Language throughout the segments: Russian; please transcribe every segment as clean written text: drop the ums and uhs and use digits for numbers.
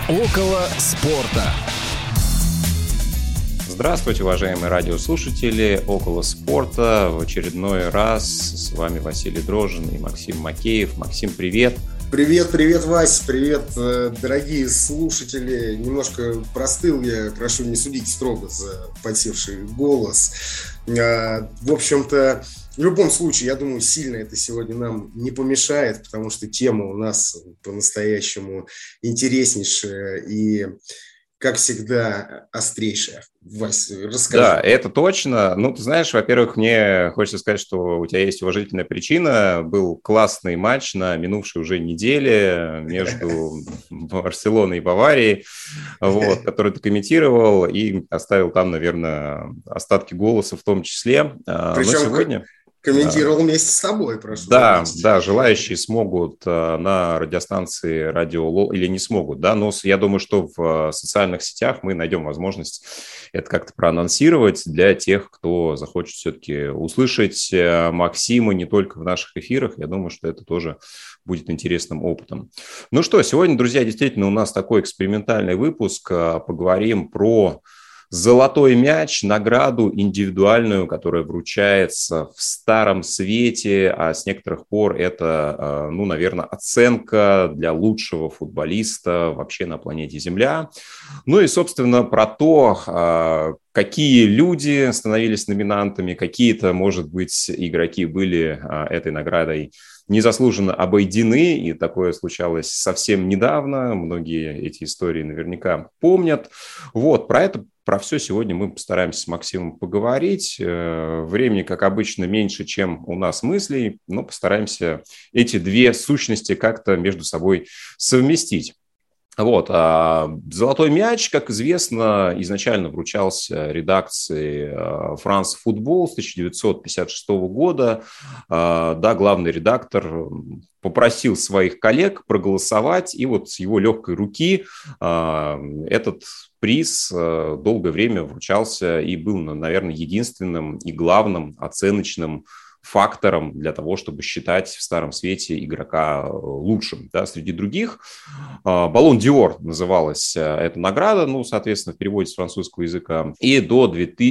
Около спорта. Здравствуйте, уважаемые радиослушатели «Около спорта». В очередной раз с вами Василий Дрожжин и Максим Макеев. Максим, привет. Привет, Вась, привет, дорогие слушатели. Немножко простыл я, прошу не судить строго за подсевший голос. В общем-то, в любом случае, я думаю, сильно это сегодня нам не помешает, потому что тема у нас по-настоящему интереснейшая и, как всегда, острейшая. Вась, расскажи. Да, это точно. Ну, ты знаешь, во-первых, мне хочется сказать, что у тебя есть уважительная причина. Был классный матч на минувшей уже неделе между Барселоной и Баварией, который ты комментировал и оставил там, наверное, остатки голоса в том числе. Причем но сегодня... Комментировал вместе с тобой, прошу. Да, желающие смогут на радиостанции Радио ЛОЛ, или не смогут, да, но я думаю, что в социальных сетях мы найдем возможность это как-то проанонсировать для тех, кто захочет все-таки услышать Максима не только в наших эфирах. Я думаю, что это тоже будет интересным опытом. Ну что, сегодня, друзья, действительно у нас такой экспериментальный выпуск. Поговорим про золотой мяч, награду индивидуальную, которая вручается в Старом Свете, а с некоторых пор это, наверное, оценка для лучшего футболиста вообще на планете Земля. Ну и, собственно, про то, какие люди становились номинантами, какие-то, может быть, игроки были этой наградой незаслуженно обойдены, и такое случалось совсем недавно. Многие эти истории наверняка помнят. Про все сегодня мы постараемся с Максимом поговорить. Времени, как обычно, меньше, чем у нас мыслей, но постараемся эти две сущности как-то между собой совместить. Золотой мяч, как известно, изначально вручался редакции «France Football» с 1956 года. Да, главный редактор попросил своих коллег проголосовать, и вот с его легкой руки этот приз долгое время вручался и был, наверное, единственным и главным оценочным фактором для того, чтобы считать в Старом Свете игрока лучшим. Да, среди других «Баллон д'Ор» называлась эта награда, соответственно, в переводе с французского языка. И до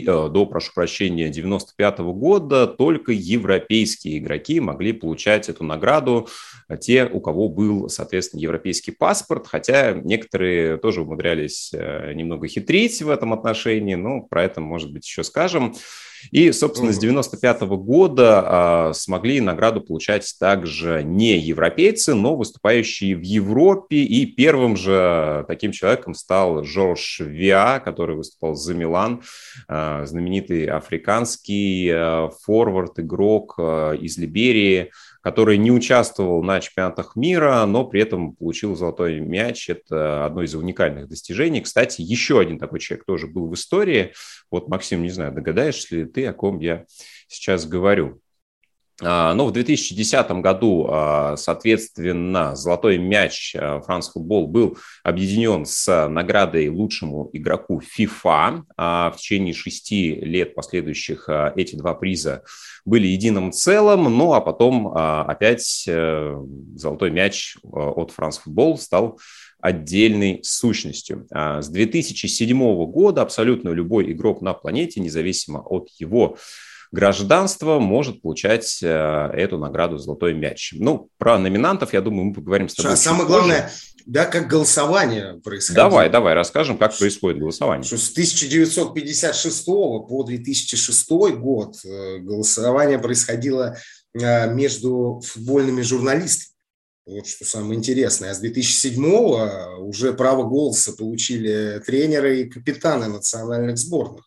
1995 года только европейские игроки могли получать эту награду, те, у кого был, соответственно, европейский паспорт, хотя некоторые тоже умудрялись немного хитрить в этом отношении, но про это, может быть, еще скажем. И, собственно, с 1995 года смогли награду получать также не европейцы, но выступающие в Европе. И первым же таким человеком стал Жорж Веа, который выступал за Милан, знаменитый африканский форвард, игрок из Либерии, который не участвовал на чемпионатах мира, но при этом получил золотой мяч. Это одно из уникальных достижений. Кстати, еще один такой человек тоже был в истории. Максим, не знаю, догадаешься ли ты, о ком я сейчас говорю? Но в 2010 году, соответственно, золотой мяч France Football был объединен с наградой лучшему игроку FIFA. В течение 6 лет последующих эти два приза были единым целым. Ну а потом опять золотой мяч от France Football стал отдельной сущностью. С 2007 года абсолютно любой игрок на планете, независимо от его гражданство, может получать эту награду «Золотой мяч». Про номинантов, я думаю, мы поговорим с тобой чуть самое позже. Главное, да, как голосование происходило. Давай, расскажем, как происходит голосование. Что с 1956 по 2006 год голосование происходило между футбольными журналистами. Вот что самое интересное. А с 2007 уже право голоса получили тренеры и капитаны национальных сборных.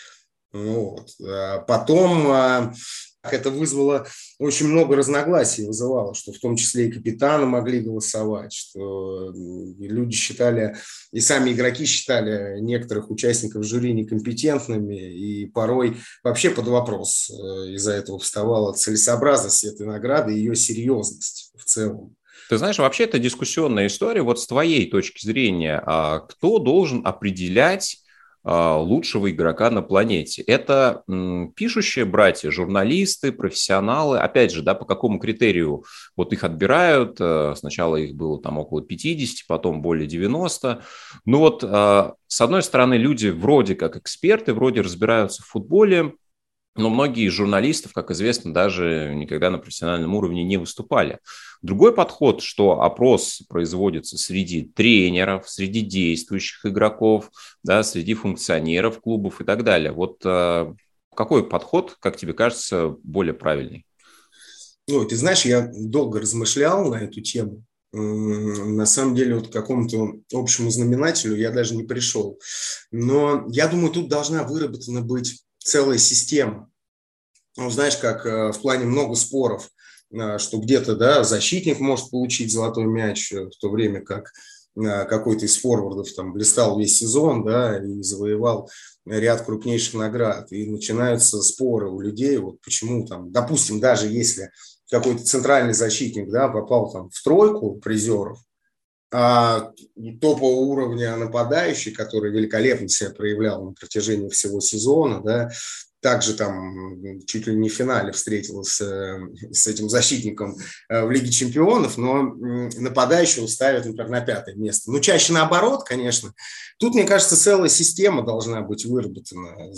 Потом это вызвало очень много разногласий, вызывало, что в том числе и капитаны могли голосовать, что люди считали, и сами игроки считали некоторых участников жюри некомпетентными, и порой вообще под вопрос из-за этого вставала целесообразность этой награды и ее серьезность в целом. Ты знаешь, вообще это дискуссионная история. Вот с твоей точки зрения, кто должен определять лучшего игрока на планете. Это пишущие братья, журналисты, профессионалы. Опять же, да, по какому критерию вот их отбирают? Сначала их было там около 50, потом более 90. Ну вот, с одной стороны, люди вроде как эксперты, вроде разбираются в футболе, но многие из журналистов, как известно, даже никогда на профессиональном уровне не выступали. Другой подход, что опрос производится среди тренеров, среди действующих игроков, да, среди функционеров клубов и так далее. Вот какой подход, как тебе кажется, более правильный? Ну, ты знаешь, я долго размышлял на эту тему. На самом деле, вот к какому-то общему знаменателю я даже не пришел. Но я думаю, тут должна выработана быть целая система. Ну, знаешь, как в плане много споров, что где-то, да, защитник может получить золотой мяч, в то время как какой-то из форвардов там блистал весь сезон, да, и завоевал ряд крупнейших наград. И начинаются споры у людей, вот почему там, допустим, даже если какой-то центральный защитник, да, попал там в тройку призеров, а топового уровня нападающий, который великолепно себя проявлял на протяжении всего сезона, да, также там чуть ли не в финале встретился с этим защитником в Лиге чемпионов, но нападающего ставят, например, на 5-е место. Ну, чаще наоборот, конечно. Тут, мне кажется, целая система должна быть выработана.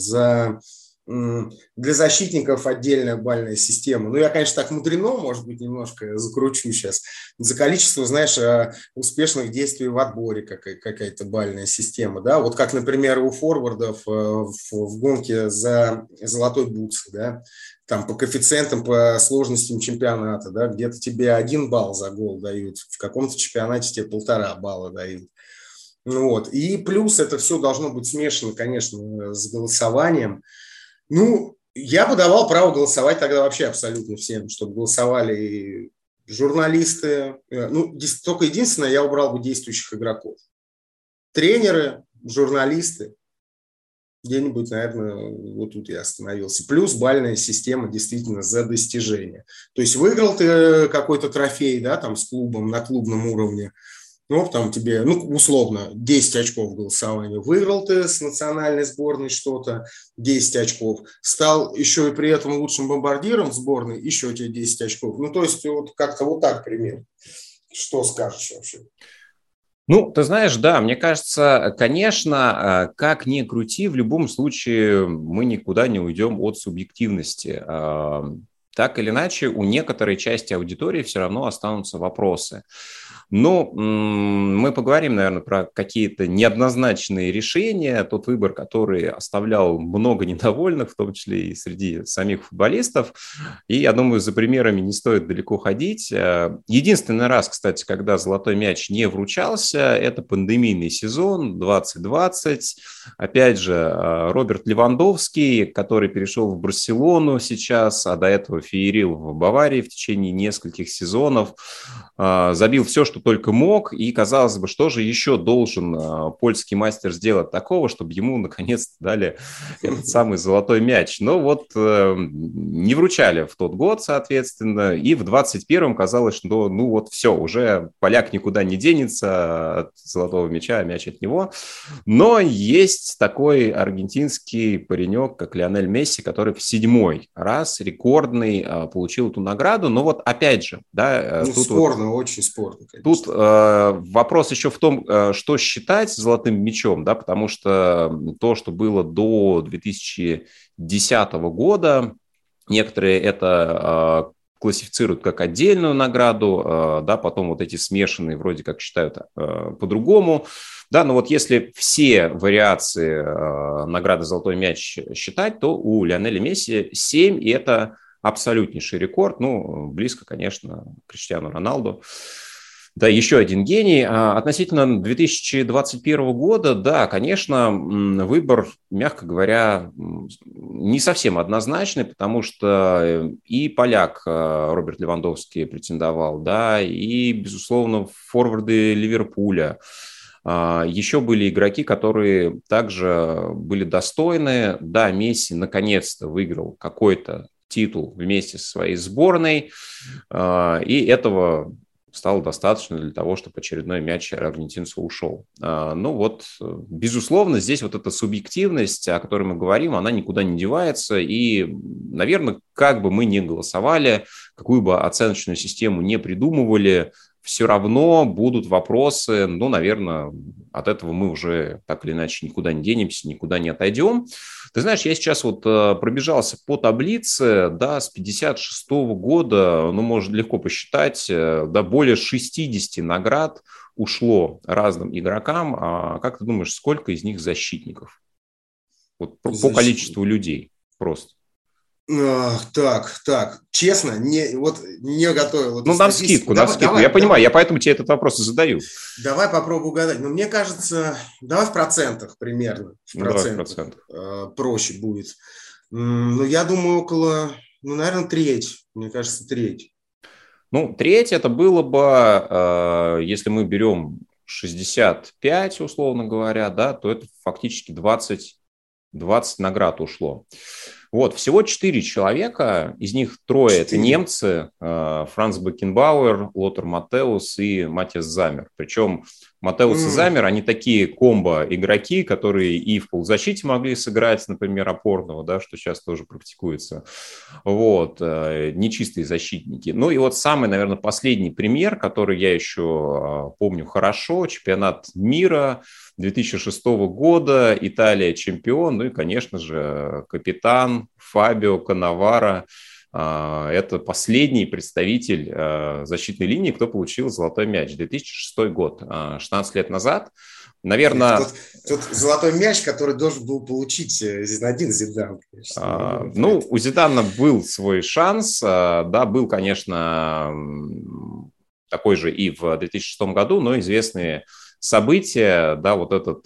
Для защитников отдельная бальная система. Ну, я, конечно, так мудрено, может быть, немножко закручу сейчас. За количество, знаешь, успешных действий в отборе какая-то бальная система. Да? Вот как, например, у форвардов в гонке за золотой бутс, да? Там по коэффициентам, по сложностям чемпионата, да? Где-то тебе 1 балл за гол дают, в каком-то чемпионате тебе 1,5 балла дают. Вот. И плюс это все должно быть смешано, конечно, с голосованием. Ну, я бы давал право голосовать тогда вообще абсолютно всем, чтобы голосовали журналисты. Ну, только единственное, я убрал бы действующих игроков. Тренеры, журналисты. Где-нибудь, наверное, вот тут я остановился. Плюс бальная система действительно за достижение. То есть выиграл ты какой-то трофей, да, там с клубом на клубном уровне. Ну, там тебе, ну, условно, 10 очков голосования. Выиграл ты с национальной сборной что-то, 10 очков. Стал еще и при этом лучшим бомбардиром сборной, еще тебе 10 очков. Ну, то есть, вот как-то вот так примерно. Что скажешь вообще? Ну, ты знаешь, да, мне кажется, конечно, как ни крути, в любом случае мы никуда не уйдем от субъективности. Так или иначе, у некоторой части аудитории все равно останутся вопросы. Ну, мы поговорим, наверное, про какие-то неоднозначные решения, тот выбор, который оставлял много недовольных, в том числе и среди самих футболистов. И, я думаю, за примерами не стоит далеко ходить. Единственный раз, кстати, когда золотой мяч не вручался, это пандемийный сезон 2020. Опять же, Роберт Левандовский, который перешел в Барселону сейчас, а до этого феерил в Баварии в течение нескольких сезонов, забил все, что только мог, и, казалось бы, что же еще должен польский мастер сделать такого, чтобы ему, наконец-то, дали этот самый золотой мяч. Но вот не вручали в тот год, соответственно, и в 21-м казалось, что, ну вот все, уже поляк никуда не денется от золотого мяча, а мяч от него. Но есть такой аргентинский паренек, как Лионель Месси, который в 7-й раз рекордный получил эту награду. Но вот опять же, да, ну, тут спорно, вот, очень спорно, конечно. Тут вопрос еще в том, что считать золотым мячом, да, потому что то, что было до 2010 года, некоторые это классифицируют как отдельную награду, да, потом вот эти смешанные вроде как считают по-другому. Да, но вот если все вариации награды «Золотой мяч» считать, то у Лионеля Месси 7, и это абсолютнейший рекорд, ну, близко, конечно, к Криштиану Роналду. Да, еще один гений. Относительно 2021 года, да, конечно, выбор, мягко говоря, не совсем однозначный, потому что и поляк Роберт Левандовский претендовал, да, и, безусловно, форварды Ливерпуля. Еще были игроки, которые также были достойны. Да, Месси наконец-то выиграл какой-то титул вместе со своей сборной, и этого стало достаточно для того, чтобы очередной мяч аргентинцу ушел. Ну вот, безусловно, здесь вот эта субъективность, о которой мы говорим, она никуда не девается. И, наверное, как бы мы ни голосовали, какую бы оценочную систему не придумывали, все равно будут вопросы, ну, наверное, от этого мы уже так или иначе никуда не денемся, никуда не отойдем. Ты знаешь, я сейчас вот пробежался по таблице, да, с 56 года, ну, можно легко посчитать, да, более 60 наград ушло разным игрокам. А как ты думаешь, сколько из них защитников? Вот по количеству людей просто. Так, честно, не готовил. Ну, навскидку. Я понимаю, я поэтому тебе этот вопрос и задаю. Давай попробую угадать. Но мне кажется, давай в процентах примерно. Давай в процентах. Проще будет. Ну, я думаю, наверное, треть. Мне кажется, треть. Ну, треть это было бы, если мы берем 65, условно говоря, да, то это фактически 20 наград ушло. Вот, всего 4 человека, из них 3 это немцы, Франц Бекенбауэр, Лотар Маттеус и Матиас Замер. Причем Маттеус и Замер, они такие комбо-игроки, которые и в полузащите могли сыграть, например, опорного, да, что сейчас тоже практикуется. Вот, нечистые защитники. Ну и вот самый, наверное, последний пример, который я еще помню хорошо, чемпионат мира 2006 года, Италия чемпион, ну и, конечно же, капитан Фабио Каннаваро. Это последний представитель защитной линии, кто получил золотой мяч. 2006 год, 16 лет назад. Наверное... Тот золотой мяч, который должен был получить Зинедин Зидан. Ну, у Зидана был свой шанс. Да, был, конечно, такой же и в 2006 году, но известные события, да, вот этот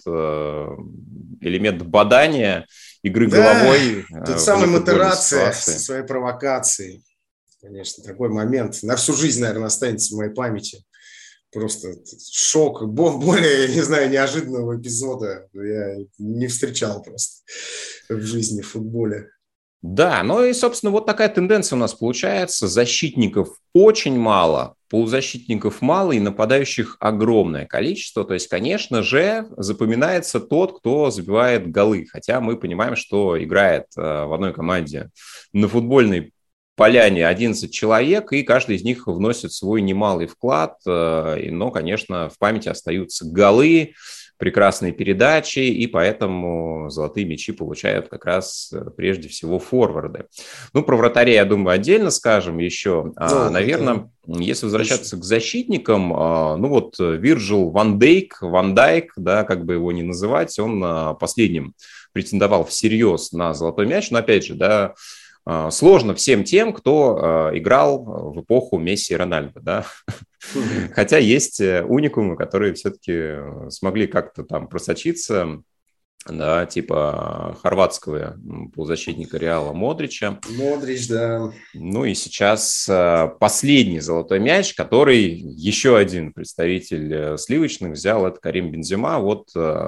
элемент бадания, игры головой. Тут самая Матерацци со своей провокацией. Конечно, такой момент на всю жизнь, наверное, останется в моей памяти. Просто шок, более, не знаю, неожиданного эпизода я не встречал просто в жизни в футболе. Да, ну и, собственно, вот такая тенденция у нас получается. Защитников очень мало, полузащитников мало и нападающих огромное количество. То есть, конечно же, запоминается тот, кто забивает голы. Хотя мы понимаем, что играет в одной команде на футбольной поляне 11 человек, и каждый из них вносит свой немалый вклад. Но, конечно, в памяти остаются голы, прекрасные передачи, и поэтому золотые мячи получают как раз прежде всего форварды. Ну, про вратарей, я думаю, отдельно скажем еще. Наверное, если возвращаться к защитникам, ну вот Вирджил Ван Дайк, да, как бы его ни называть, он последним претендовал всерьез на золотой мяч, но опять же, да, сложно всем тем, кто играл в эпоху Месси и Рональдо, да. Хотя есть уникумы, которые все-таки смогли как-то там просочиться, да, типа хорватского полузащитника Реала Модрича. Модрич, да. Ну и сейчас последний золотой мяч, который еще один представитель сливочных взял, это Карим Бензема, вот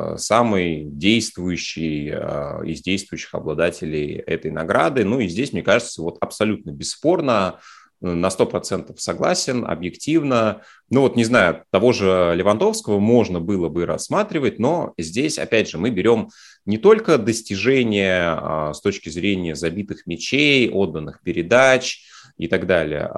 самый действующий из действующих обладателей этой награды. Ну и здесь, мне кажется, вот абсолютно бесспорно, на 100% согласен, объективно. Ну вот, не знаю, того же Левандовского можно было бы рассматривать, но здесь, опять же, мы берем не только достижения с точки зрения забитых мячей, отданных передач и так далее,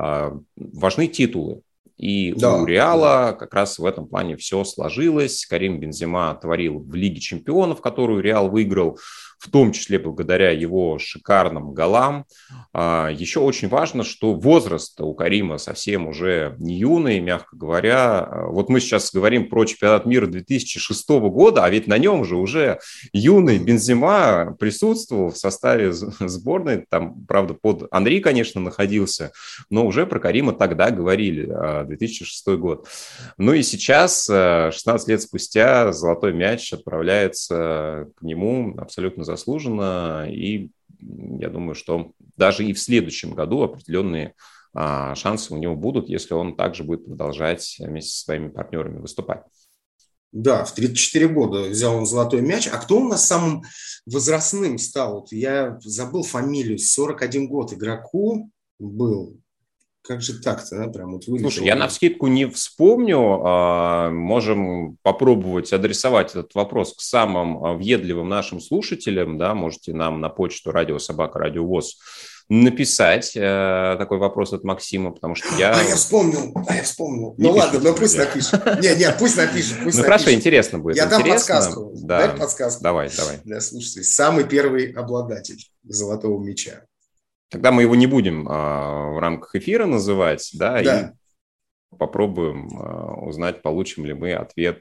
важны титулы. И у Реала как раз в этом плане все сложилось. Карим Бензема творил в Лиге чемпионов, которую Реал выиграл, в том числе благодаря его шикарным голам. Еще очень важно, что возраст у Карима совсем уже не юный, мягко говоря. Вот мы сейчас говорим про чемпионат мира 2006 года, а ведь на нем же уже юный Бензема присутствовал в составе сборной. Там, правда, под Анри, конечно, находился, но уже про Карима тогда говорили, 2006 год. Ну и сейчас, 16 лет спустя, золотой мяч отправляется к нему абсолютно заслуженно, и я думаю, что даже и в следующем году определенные шансы у него будут, если он также будет продолжать вместе со своими партнерами выступать. Да, в 34 года взял он золотой мяч. А кто у нас самым возрастным стал? Вот я забыл фамилию. 41 год игроку был. Как же так-то, да? Прям вот вылетело. Слушай, я навскидку не вспомню. Можем попробовать адресовать этот вопрос к самым въедливым нашим слушателям. Да? Можете нам на почту радиособака.радиовоз написать такой вопрос от Максима, потому что я... я вспомнил. Ну ладно, но пусть напишет. Нет, пусть напишет. Ну хорошо, интересно будет. Я дам подсказку. Да. Дай подсказку. Давай. Для слушателей. Самый первый обладатель золотого мяча. Тогда мы его не будем в рамках эфира называть, да. И попробуем узнать, получим ли мы ответ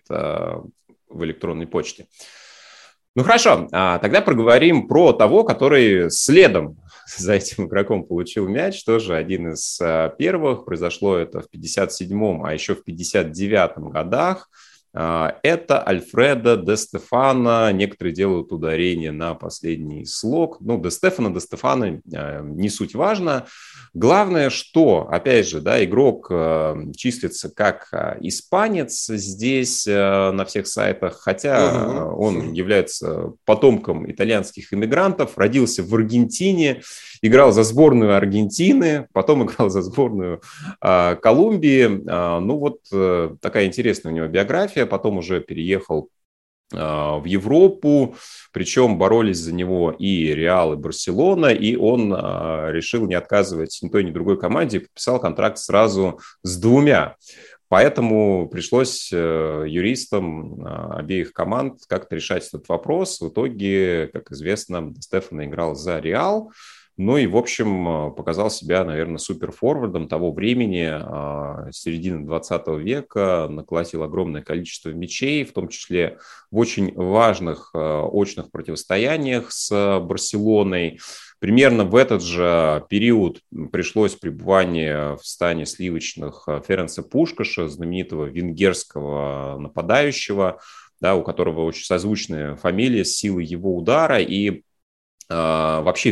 в электронной почте. Ну хорошо, тогда проговорим про того, который следом за этим игроком получил мяч. Тоже один из первых. Произошло это в 57-м, а еще в 59-м годах. Это Альфредо Де Стефано. Некоторые делают ударение на последний слог. Ну, Де Стефано, не суть важно. Главное, что, опять же, да, игрок числится как испанец здесь на всех сайтах, хотя он является потомком итальянских иммигрантов, родился в Аргентине, играл за сборную Аргентины, потом играл за сборную Колумбии. Ну вот такая интересная у него биография. Потом уже переехал в Европу, причем боролись за него и Реал, и Барселона, и он решил не отказывать ни той, ни другой команде, подписал контракт сразу с двумя. Поэтому пришлось юристам обеих команд как-то решать этот вопрос. В итоге, как известно, Де Стефано играл за Реал. Ну и, в общем, показал себя, наверное, суперфорвардом того времени, середины 20 века, наколотил огромное количество мячей, в том числе в очень важных очных противостояниях с Барселоной. Примерно в этот же период пришлось пребывание в стане сливочных Ференца Пушкаша, знаменитого венгерского нападающего, да, у которого очень созвучная фамилия с силой его удара. И вообще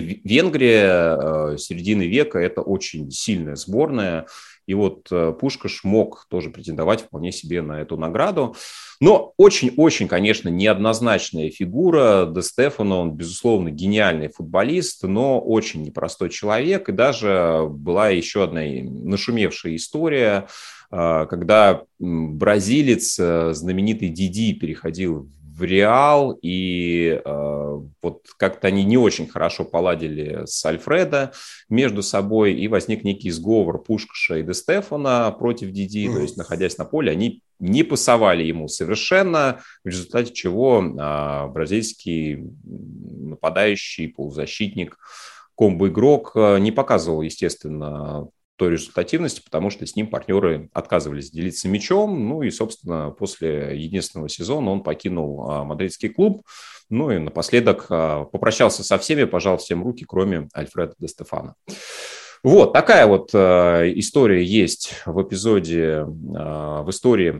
Венгрия середины века – это очень сильная сборная, и вот Пушкаш мог тоже претендовать вполне себе на эту награду. Но очень-очень, конечно, неоднозначная фигура Де Стефано, он, безусловно, гениальный футболист, но очень непростой человек, и даже была еще одна нашумевшая история, когда бразилец, знаменитый Диди, переходил в Реал, и вот как-то они не очень хорошо поладили с Альфредо между собой, и возник некий сговор Пушкаша и Де Стефано против Диди, то есть, находясь на поле, они не пасовали ему совершенно, в результате чего бразильский нападающий, полузащитник, комбо-игрок не показывал, естественно, той результативности, потому что с ним партнеры отказывались делиться мячом. Ну и, собственно, после единственного сезона он покинул мадридский клуб. Ну и напоследок попрощался со всеми, пожал всем руки, кроме Альфредо Де Стефано. Вот такая вот история есть в эпизоде, в истории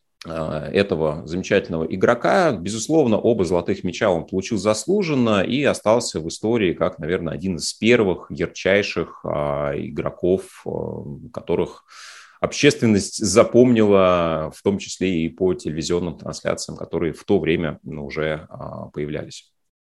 этого замечательного игрока. Безусловно, оба золотых мяча он получил заслуженно и остался в истории как, наверное, один из первых ярчайших игроков, которых общественность запомнила, в том числе и по телевизионным трансляциям, которые в то время уже появлялись.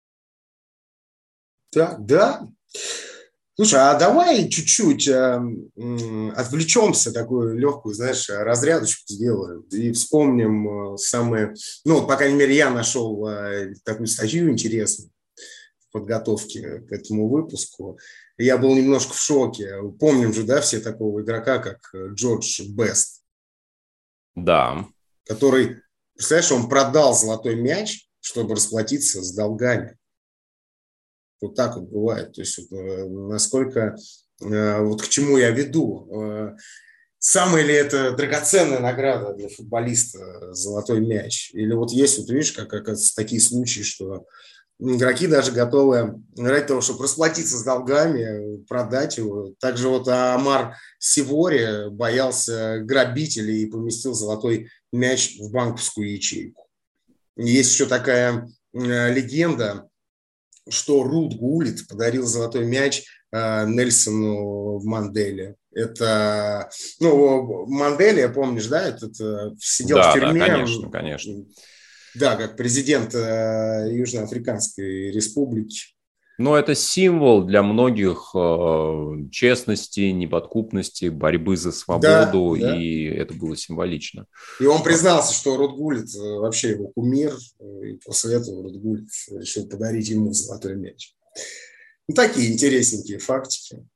Да. Слушай, а давай чуть-чуть отвлечемся, такую легкую, знаешь, разрядочку сделаем и вспомним самые... Ну, по крайней мере, я нашел такую статью интересную в подготовке к этому выпуску. Я был немножко в шоке. Помним же, да, все такого игрока, как Джордж Бест. Да. Который, представляешь, он продал золотой мяч, чтобы расплатиться с долгами. Вот так вот бывает. То есть насколько, вот к чему я веду. Самая ли это драгоценная награда для футболиста золотой мяч? Или вот есть, вот видишь, как такие случаи, что игроки даже готовы ради того, чтобы расплатиться с долгами, продать его. Также вот Амар Сивори боялся грабителей и поместил золотой мяч в банковскую ячейку. Есть еще такая легенда, что Рут Гуллит подарил золотой мяч Нельсону в Манделе. Это, Манделе, помнишь, да, этот сидел в тюрьме. Да, конечно. Да, как президент Южноафриканской республики. Но это символ для многих честности, неподкупности, борьбы за Да, свободу, да. и это было символично. И он признался, что Рут Гуллит вообще его кумир, и после этого Рут Гуллит решил подарить ему золотой мяч. Ну, такие интересненькие фактики.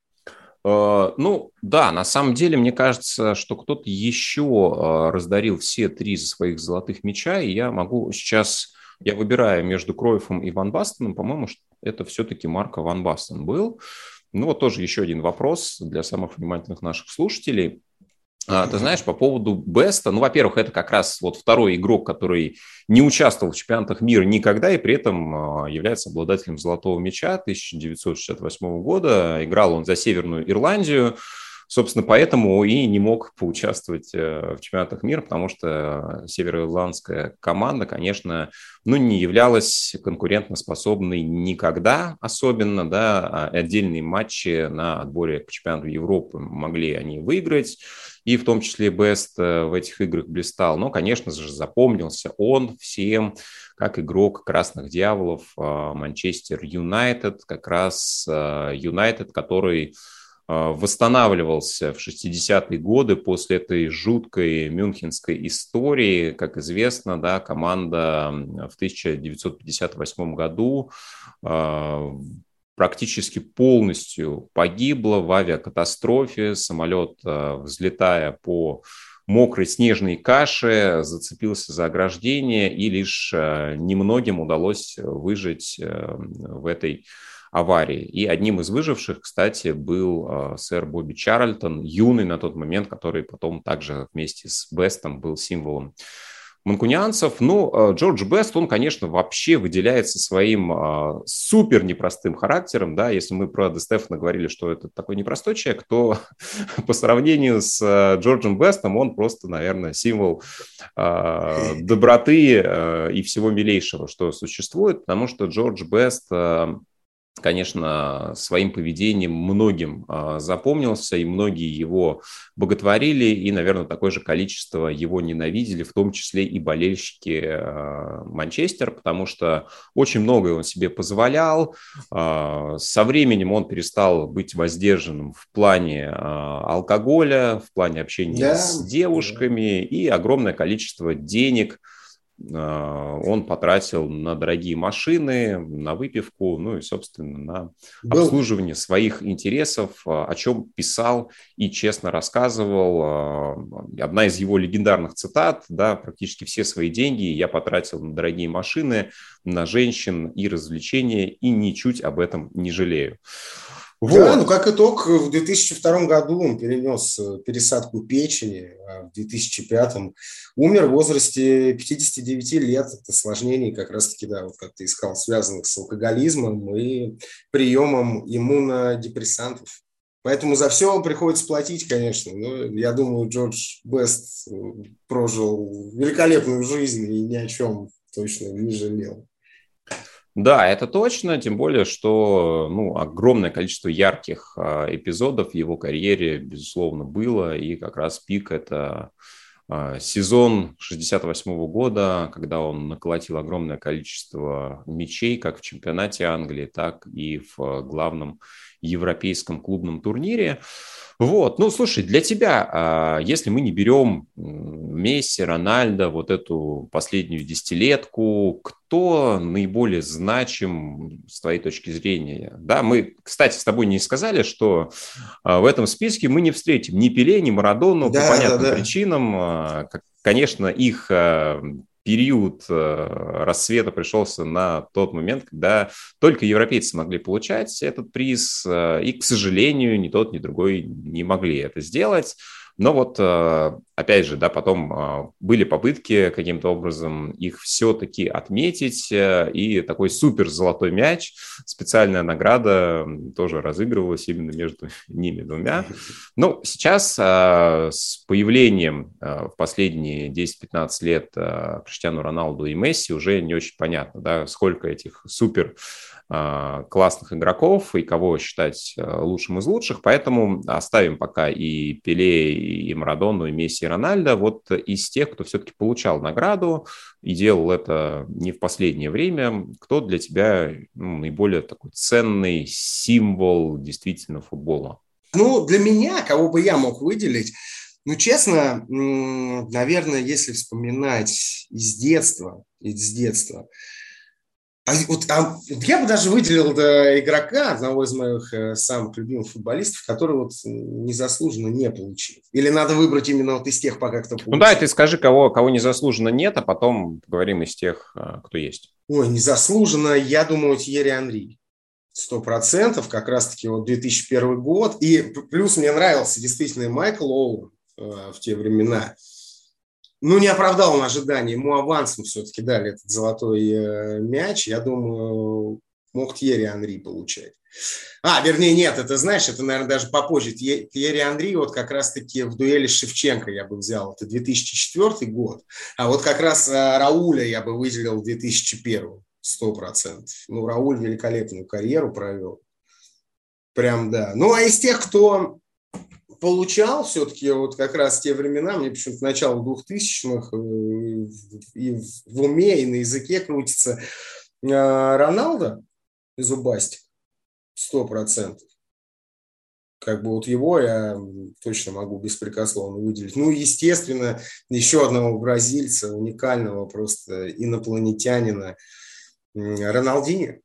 Ну, да, на самом деле, мне кажется, что кто-то еще раздарил все 3 своих золотых мяча, и я могу сейчас, я выбираю между Кройфом и Ван Бастеном, по-моему, это все-таки Марко Ван Бастен был. Ну, вот тоже еще один вопрос для самых внимательных наших слушателей. Ты знаешь, по поводу Беста, ну, во-первых, это как раз вот второй игрок, который не участвовал в чемпионатах мира никогда и при этом является обладателем золотого мяча 1968 года. Играл он за Северную Ирландию. Собственно, поэтому и не мог поучаствовать в чемпионатах мира, потому что североирландская команда, конечно, ну, не являлась конкурентоспособной никогда особенно, да, отдельные матчи на отборе к чемпионату Европы могли они выиграть, и в том числе Бест в этих играх блистал, но, конечно же, запомнился он всем как игрок Красных Дьяволов Манчестер Юнайтед, как раз Юнайтед, который восстанавливался в 60-е годы после этой жуткой мюнхенской истории. Как известно, да, команда в 1958 году практически полностью погибла в авиакатастрофе. Самолет, взлетая по мокрой снежной каше, зацепился за ограждение, и лишь немногим удалось выжить в этой аварии. И одним из выживших, кстати, был сэр Бобби Чарльтон, юный на тот момент, который потом также вместе с Бестом был символом манкунианцев. Ну, Джордж Бест, он, конечно, вообще выделяется своим супер непростым характером, да, если мы про Де Стефано говорили, что это такой непростой человек, то по сравнению с Джорджем Бестом он просто, наверное, символ доброты и всего милейшего, что существует, потому что Джордж Бест, конечно, своим поведением многим запомнился, и многие его боготворили, и, наверное, такое же количество его ненавидели, в том числе и болельщики Манчестера, потому что очень многое он себе позволял. Со временем он перестал быть воздержанным в плане алкоголя, в плане общения с девушками, и огромное количество денег он потратил на дорогие машины, на выпивку, ну и, собственно, на обслуживание своих интересов, о чем писал и честно рассказывал. Одна из его легендарных цитат, да, практически все свои деньги я потратил на дорогие машины, на женщин и развлечения, и ничуть об этом не жалею. Вот. Да, ну как итог, в 2002 году он перенес пересадку печени, а в 2005 умер в возрасте 59 лет от осложнений, как раз-таки, да, вот как ты искал, связанных с алкоголизмом и приемом иммунодепрессантов. Поэтому за все приходится платить, конечно. Но я думаю, Джордж Бест прожил великолепную жизнь и ни о чем точно не жалел. Да, это точно, тем более, что огромное количество ярких эпизодов в его карьере, безусловно, было, и как раз пик – это сезон 1968 года, когда он наколотил огромное количество мячей как в чемпионате Англии, так и в главном европейском клубном турнире. Вот, ну, слушай, для тебя, если мы не берем Месси, Рональдо, вот эту последнюю десятилетку, кто наиболее значим с твоей точки зрения? Да, мы, кстати, с тобой не сказали, что в этом списке мы не встретим ни Пеле, ни Марадону, по понятным причинам. Конечно, их период расцвета пришелся на тот момент, когда только европейцы могли получать этот приз, и, к сожалению, ни тот, ни другой не могли это сделать. Но вот, опять же, да, потом были попытки каким-то образом их все-таки отметить, и такой супер золотой мяч, специальная награда тоже разыгрывалась именно между ними двумя. Но сейчас с появлением в последние 10-15 лет Криштиану Роналду и Месси уже не очень понятно, да, сколько этих супер классных игроков и кого считать лучшим из лучших, поэтому оставим пока и Пеле, и Марадону, и Месси, и Рональдо, вот из тех, кто все-таки получал награду и делал это не в последнее время, кто для тебя наиболее такой ценный символ действительно футбола? Ну, для меня, кого бы я мог выделить, ну, честно, наверное, если вспоминать из детства, я бы даже выделил игрока, одного из моих самых любимых футболистов, который вот незаслуженно не получил. Или надо выбрать именно вот из тех пока, кто получил? Ну да, ты скажи, кого незаслуженно нет, а потом поговорим из тех, кто есть. Ой, незаслуженно, я думаю, Тьерри Анри. 100%, как раз-таки вот 2001 год. И плюс мне нравился действительно и Майкл Оуэн в те времена. Ну, не оправдал он ожиданий. Ему авансом все-таки дали этот золотой мяч. Я думаю, мог Тьерри Анри получать. Вернее, нет, это, знаешь, это, наверное, даже попозже. Тьерри Анри вот как раз-таки в дуэли с Шевченко я бы взял. Это 2004 год. А вот как раз Рауля я бы выделил в 2001. 100%. Ну, Рауль великолепную карьеру провел. Прям, да. Ну, а из тех, кто получал все-таки вот как раз те времена, мне почему-то начало 2000-х и в уме, и на языке крутится Роналдо и Зубастик. 100%. Как бы вот его я точно могу беспрекословно выделить. Ну, естественно, еще одного бразильца, уникального просто инопланетянина, Роналдиньо.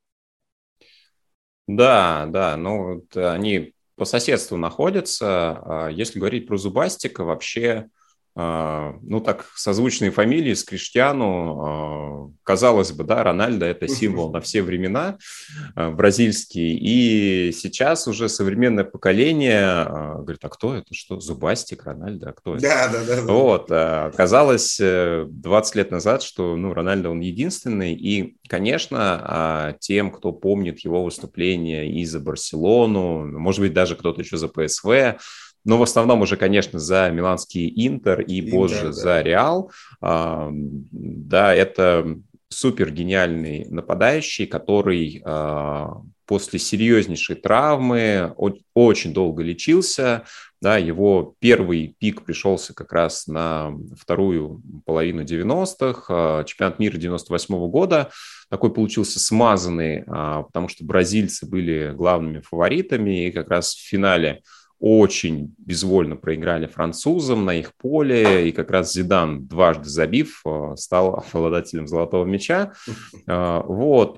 Да, ну вот они по соседству находятся. Если говорить про Зубастика, вообще, ну так, созвучные фамилии с Криштиану, казалось бы, да, Рональдо – это символ на все времена бразильский. И сейчас уже современное поколение говорит, а кто это, что, Зубастик, Рональдо, а кто это? Да. Вот, казалось 20 лет назад, что, ну, Рональдо, он единственный. И, конечно, тем, кто помнит его выступления и за Барселону, может быть, даже кто-то еще за ПСВ, но в основном уже, конечно, за миланский Интер и позже за Реал. Да, это супер гениальный нападающий, который после серьезнейшей травмы очень долго лечился. Да, его первый пик пришелся как раз на вторую половину 90-х, чемпионат мира 98-го года. Такой получился смазанный, потому что бразильцы были главными фаворитами, и как раз в финале очень безвольно проиграли французам на их поле, и как раз Зидан, дважды забив, стал обладателем золотого мяча. Вот.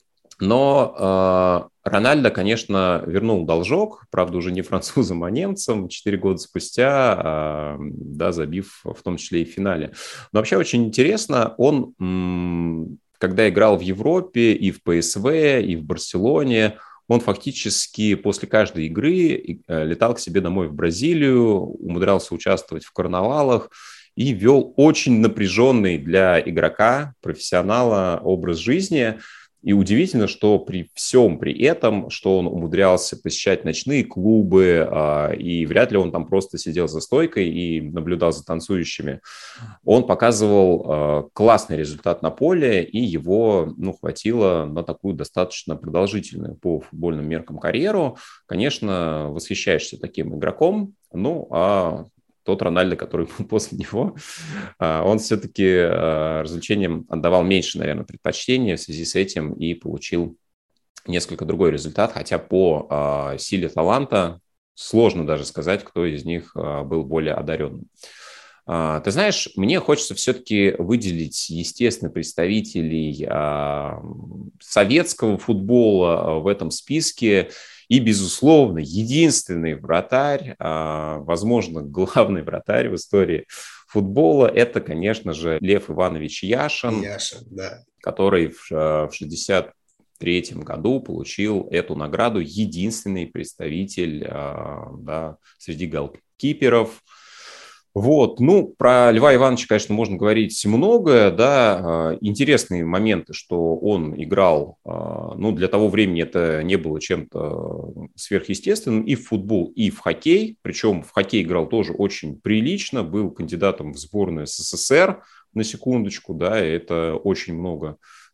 Но Рональдо, конечно, вернул должок, правда, уже не французам, а немцам, 4 года спустя, да, забив в том числе и в финале. Но вообще очень интересно, он, когда играл в Европе и в ПСВ, и в Барселоне, он фактически после каждой игры летал к себе домой в Бразилию, умудрялся участвовать в карнавалах и вел очень напряженный для игрока, профессионала образ жизни. И удивительно, что при всем при этом, что он умудрялся посещать ночные клубы, и вряд ли он там просто сидел за стойкой и наблюдал за танцующими, он показывал классный результат на поле, и его, ну, хватило на такую достаточно продолжительную по футбольным меркам карьеру. Конечно, восхищаешься таким игроком, ну, а тот Рональдо, который был после него, он все-таки развлечениям отдавал меньше, наверное, предпочтения в связи с этим и получил несколько другой результат, хотя по силе таланта сложно даже сказать, кто из них был более одаренным. Ты знаешь, мне хочется все-таки выделить, естественно, представителей советского футбола в этом списке. И, безусловно, единственный вратарь, возможно, главный вратарь в истории футбола, это, конечно же, Лев Иванович Яшин, да. который в 1963 году получил эту награду, единственный представитель, да, среди голкиперов. Вот, ну, про Льва Ивановича, конечно, можно говорить многое, да, интересные моменты, что он играл, ну, для того времени это не было чем-то сверхъестественным и в футбол, и в хоккей, причем в хоккей играл тоже очень прилично, был кандидатом в сборную СССР, на секундочку, да, и это очень много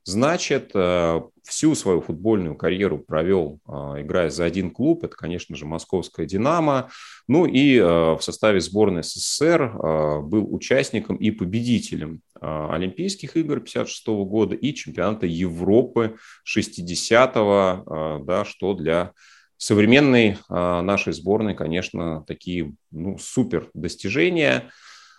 Значит, всю свою футбольную карьеру провел, играя за один клуб, это, конечно же, московская «Динамо». Ну и в составе сборной СССР был участником и победителем Олимпийских игр 1956 года и чемпионата Европы 60-го, да, что для современной нашей сборной, конечно, такие супер достижения.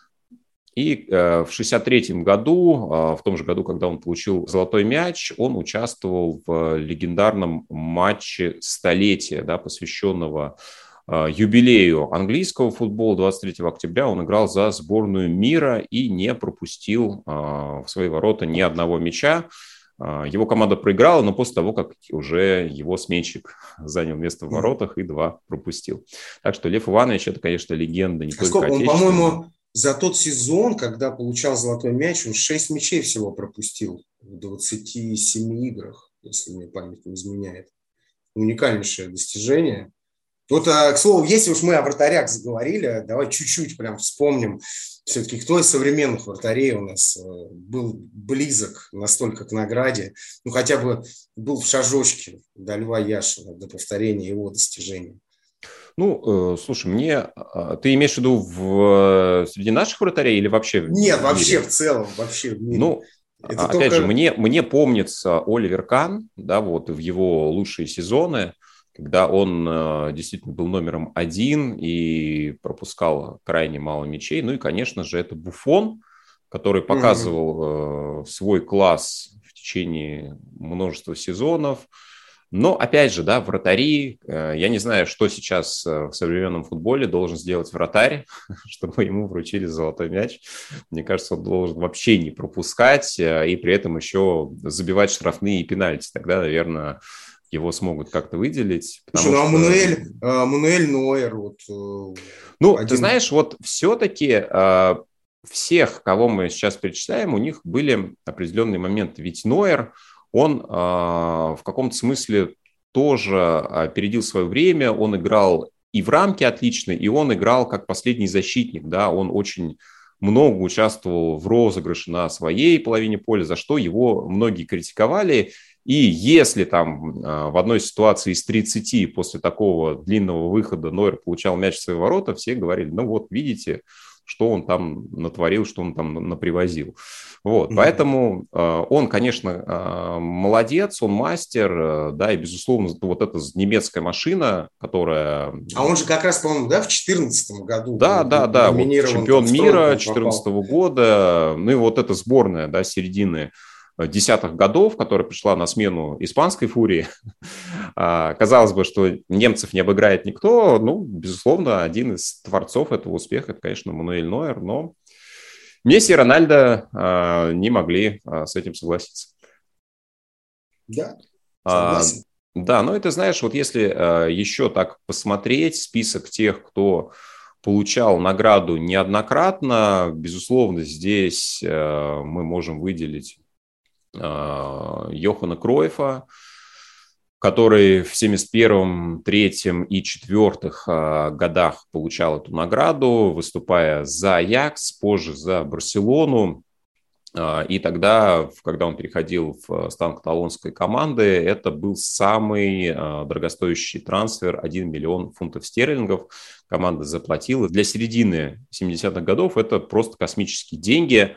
И в 1963 году, в том же году, когда он получил золотой мяч, он участвовал в легендарном матче столетия, да, посвященного юбилею английского футбола. 23 октября он играл за сборную мира и не пропустил в свои ворота ни одного мяча. Его команда проиграла, но после того, как уже его сменщик занял место в воротах и 2 пропустил. Так что Лев Иванович – это, конечно, легенда не только отечественная. Он, по-моему, за тот сезон, когда получал золотой мяч, он 6 мячей всего пропустил в 27 играх, если мне память не изменяет. Уникальнейшее достижение. Вот, к слову, если уж мы о вратарях заговорили, давай чуть-чуть прям вспомним все-таки, кто из современных вратарей у нас был близок настолько к награде, хотя бы был в шажочке до Льва Яшина, до повторения его достижений. Слушай, ты имеешь в виду среди наших вратарей или вообще в Нет, мире? Вообще в целом, вообще в мире. Опять же, мне помнится Оливер Кан, да, вот в его лучшие сезоны, когда он действительно был номером 1 и пропускал крайне мало мячей. Ну и, конечно же, это Буфон, который показывал свой класс в течение множества сезонов. Но, опять же, да, вратари, я не знаю, что сейчас в современном футболе должен сделать вратарь, чтобы ему вручили золотой мяч. Мне кажется, он должен вообще не пропускать и при этом еще забивать штрафные и пенальти. Тогда, наверное, его смогут как-то выделить. Мануэль Нойер. Ты знаешь, вот все-таки всех, кого мы сейчас перечисляем, у них были определенные моменты. Ведь Нойер, он в каком-то смысле тоже опередил свое время, он играл и в рамке отлично, и он играл как последний защитник, да, он очень много участвовал в розыгрыше на своей половине поля, за что его многие критиковали. И если там в одной ситуации из 30 после такого длинного выхода Нойер получал мяч в свои ворота, все говорили, видите, что он там натворил, что он там напривозил. Вот, поэтому он, конечно, молодец, он мастер, да, и, безусловно, вот эта немецкая машина, которая... А он же как раз, по-моему, да, в 2014 году да, вот чемпион мира 2014 года, ну и вот эта сборная, да, середины десятых годов, которая пришла на смену испанской фурии. Казалось бы, что немцев не обыграет никто. Безусловно, один из творцов этого успеха, это, конечно, Мануэль Нойер, но Месси и Рональдо не могли с этим согласиться. Да, согласен. Да, но это, знаешь, вот если еще так посмотреть список тех, кто получал награду неоднократно, безусловно, здесь мы можем выделить Йохана Кройфа, который в 71-м, 3-м и 4-х годах получал эту награду, выступая за Аякс, позже за Барселону. И тогда, когда он переходил в стан каталонской команды, это был самый дорогостоящий трансфер, 1 миллион фунтов стерлингов. Команда заплатила. Для середины 70-х годов это просто космические деньги.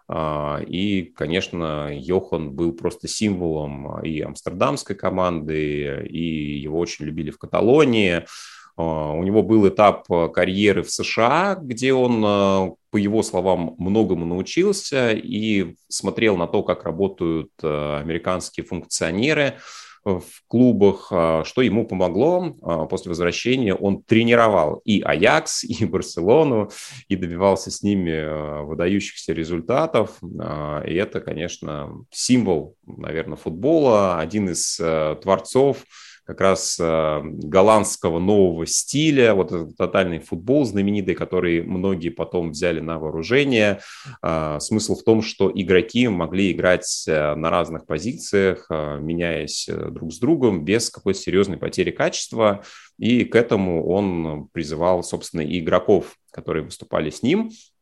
И, конечно, Йохан был просто символом и амстердамской команды, и его очень любили в Каталонии. У него был этап карьеры в США, где он, по его словам, многому научился и смотрел на то, как работают американские функционеры в клубах, что ему помогло. После возвращения он тренировал и Аякс, и Барселону, и добивался с ними выдающихся результатов. И это, конечно, символ, наверное, футбола, один из творцов как раз голландского нового стиля, вот этот тотальный футбол знаменитый, который многие потом взяли на вооружение. Смысл в том, что игроки могли играть на разных позициях, меняясь друг с другом, без какой-то серьезной потери качества, и к этому он призывал, собственно, и игроков, которые выступали с ним.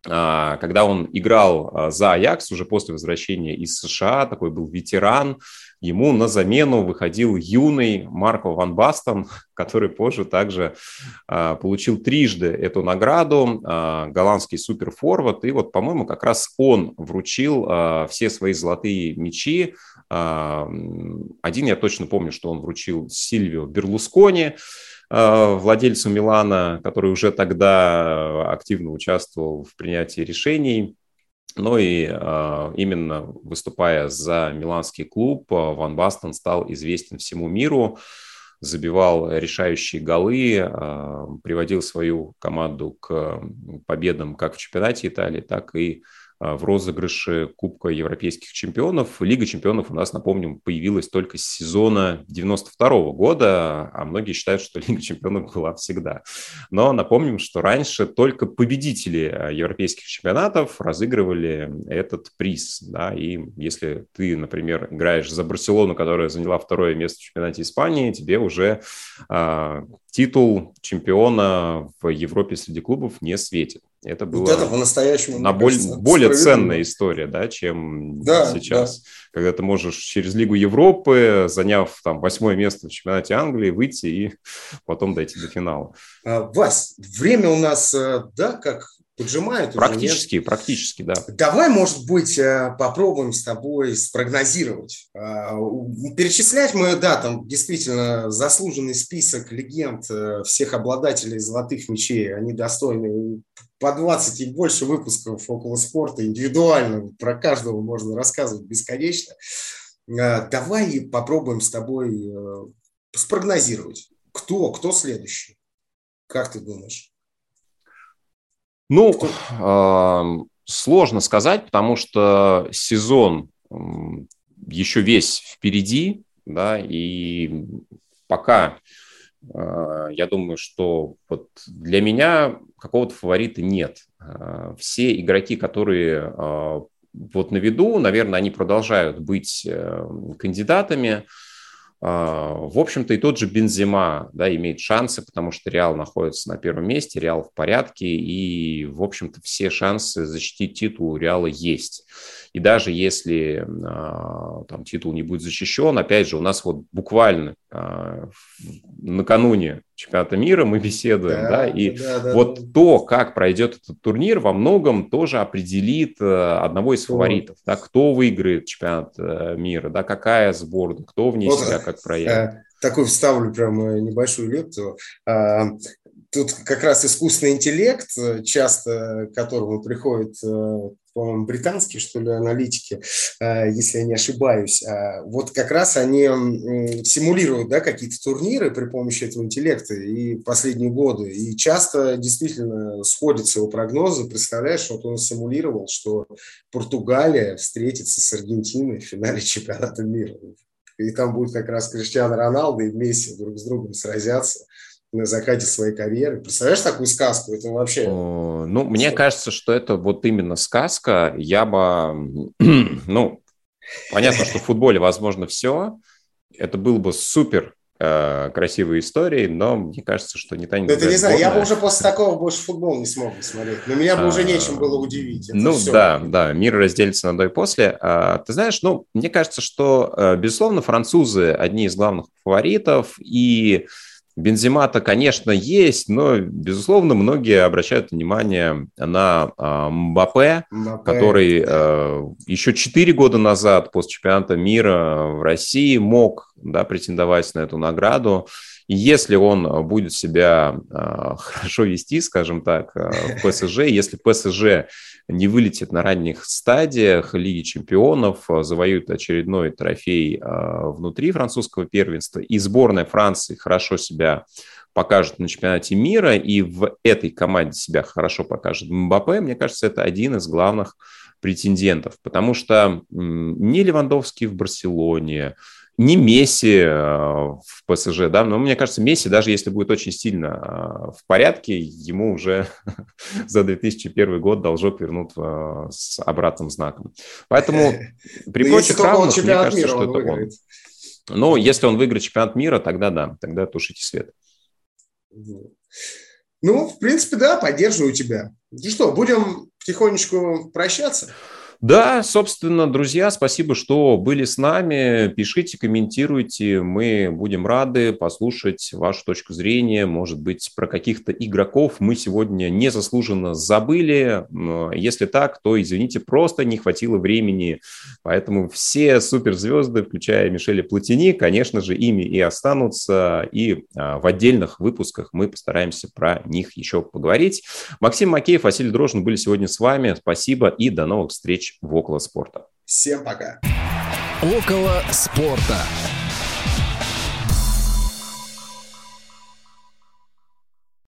когда он играл за Аякс уже после возвращения из США, такой был ветеран, ему на замену выходил юный Марко ван Бастен, который позже также получил трижды эту награду, голландский суперфорвард. И вот, по-моему, как раз он вручил все свои золотые мячи. Один я точно помню, что он вручил Сильвио Берлускони, владельцу Милана, который уже тогда активно участвовал в принятии решений. Ну и именно выступая за миланский клуб, Ван Бастен стал известен всему миру, забивал решающие голы, приводил свою команду к победам как в чемпионате Италии, так и в розыгрыше Кубка Европейских чемпионов. Лига чемпионов у нас, напомним, появилась только с сезона 92 года, а многие считают, что Лига чемпионов была всегда. Но напомним, что раньше только победители европейских чемпионатов разыгрывали этот приз. Да? И если ты, например, играешь за Барселону, которая заняла второе место в чемпионате Испании, тебе уже титул чемпиона в Европе среди клубов не светит. Это было вот это по-настоящему, более ценная история, да, чем сейчас. Да. Когда ты можешь через Лигу Европы, заняв там 8 место в чемпионате Англии, выйти и потом дойти до финала. Вась, время у нас, да, как поджимает? Практически, да. Давай, может быть, попробуем с тобой спрогнозировать. Перечислять мы, да, там действительно заслуженный список легенд всех обладателей золотых мячей. Они достойны по 20 и больше выпусков около спорта индивидуально. Про каждого можно рассказывать бесконечно. Давай попробуем с тобой спрогнозировать. Кто следующий? Как ты думаешь? Ну, сложно сказать, потому что сезон еще весь впереди, да, и пока я думаю, что вот для меня какого-то фаворита нет. Все игроки, которые вот на виду, наверное, они продолжают быть кандидатами. В общем-то, и тот же Бензема, да, имеет шансы, потому что Реал находится на первом месте, Реал в порядке, и, в общем-то, все шансы защитить титул у Реала есть. И даже если там титул не будет защищен, опять же, у нас вот буквально накануне чемпионата мира мы беседуем, то, как пройдет этот турнир, во многом тоже определит одного из фаворитов, да, кто выиграет чемпионат мира, да, какая сборная, кто в ней себя как проявит. Такой вставлю прям небольшую лепту. Тут как раз искусственный интеллект, часто к которому приходит, по-моему, британские, что ли, аналитики, если я не ошибаюсь. Вот как раз они симулируют, да, какие-то турниры при помощи этого интеллекта и последние годы. И часто действительно сходятся его прогнозы. Представляешь, вот он симулировал, что Португалия встретится с Аргентиной в финале чемпионата мира. И там будет как раз Криштиано Роналдо и Месси друг с другом сразятся на закате своей карьеры. Представляешь такую сказку? Это вообще... Ну, мне кажется, что это вот именно сказка. Я бы... понятно, что в футболе возможно все. Это было бы супер красивой историей, но мне кажется, что не та не другая не знаю, я бы уже после такого больше футбол не смог бы смотреть. Но меня бы уже нечем было удивить. Да, мир разделится на до и после. Ты знаешь, мне кажется, что, безусловно, французы одни из главных фаворитов, и Бензема-то, конечно, есть, но, безусловно, многие обращают внимание на Мбаппе, который еще 4 года назад, после чемпионата мира в России, мог, да, претендовать на эту награду. И если он будет себя хорошо вести, скажем так, в ПСЖ, если ПСЖ не вылетит на ранних стадиях Лиги чемпионов, завоюет очередной трофей внутри французского первенства, и сборная Франции хорошо себя покажет на чемпионате мира, и в этой команде себя хорошо покажет Мбаппе, мне кажется, это один из главных претендентов, потому что ни Левандовский в Барселоне, не Месси в ПСЖ, да, но мне кажется, Месси, даже если будет очень сильно в порядке, ему уже за 2001 год должок вернут с обратным знаком. Поэтому при прочих равных, мне кажется, что это он. Но если он выиграет чемпионат мира, тогда да, тогда тушите свет. Ну, в принципе, да, поддерживаю тебя. Ну что, будем потихонечку прощаться? Да, собственно, друзья, спасибо, что были с нами. Пишите, комментируйте. Мы будем рады послушать вашу точку зрения. Может быть, про каких-то игроков мы сегодня незаслуженно забыли. Если так, то, извините, просто не хватило времени. Поэтому все суперзвезды, включая Мишеля Платини, конечно же, ими и останутся. И в отдельных выпусках мы постараемся про них еще поговорить. Максим Макеев, Василий Дрожжин были сегодня с вами. Спасибо и до новых встреч в «Около спорта». Всем пока. «Около спорта».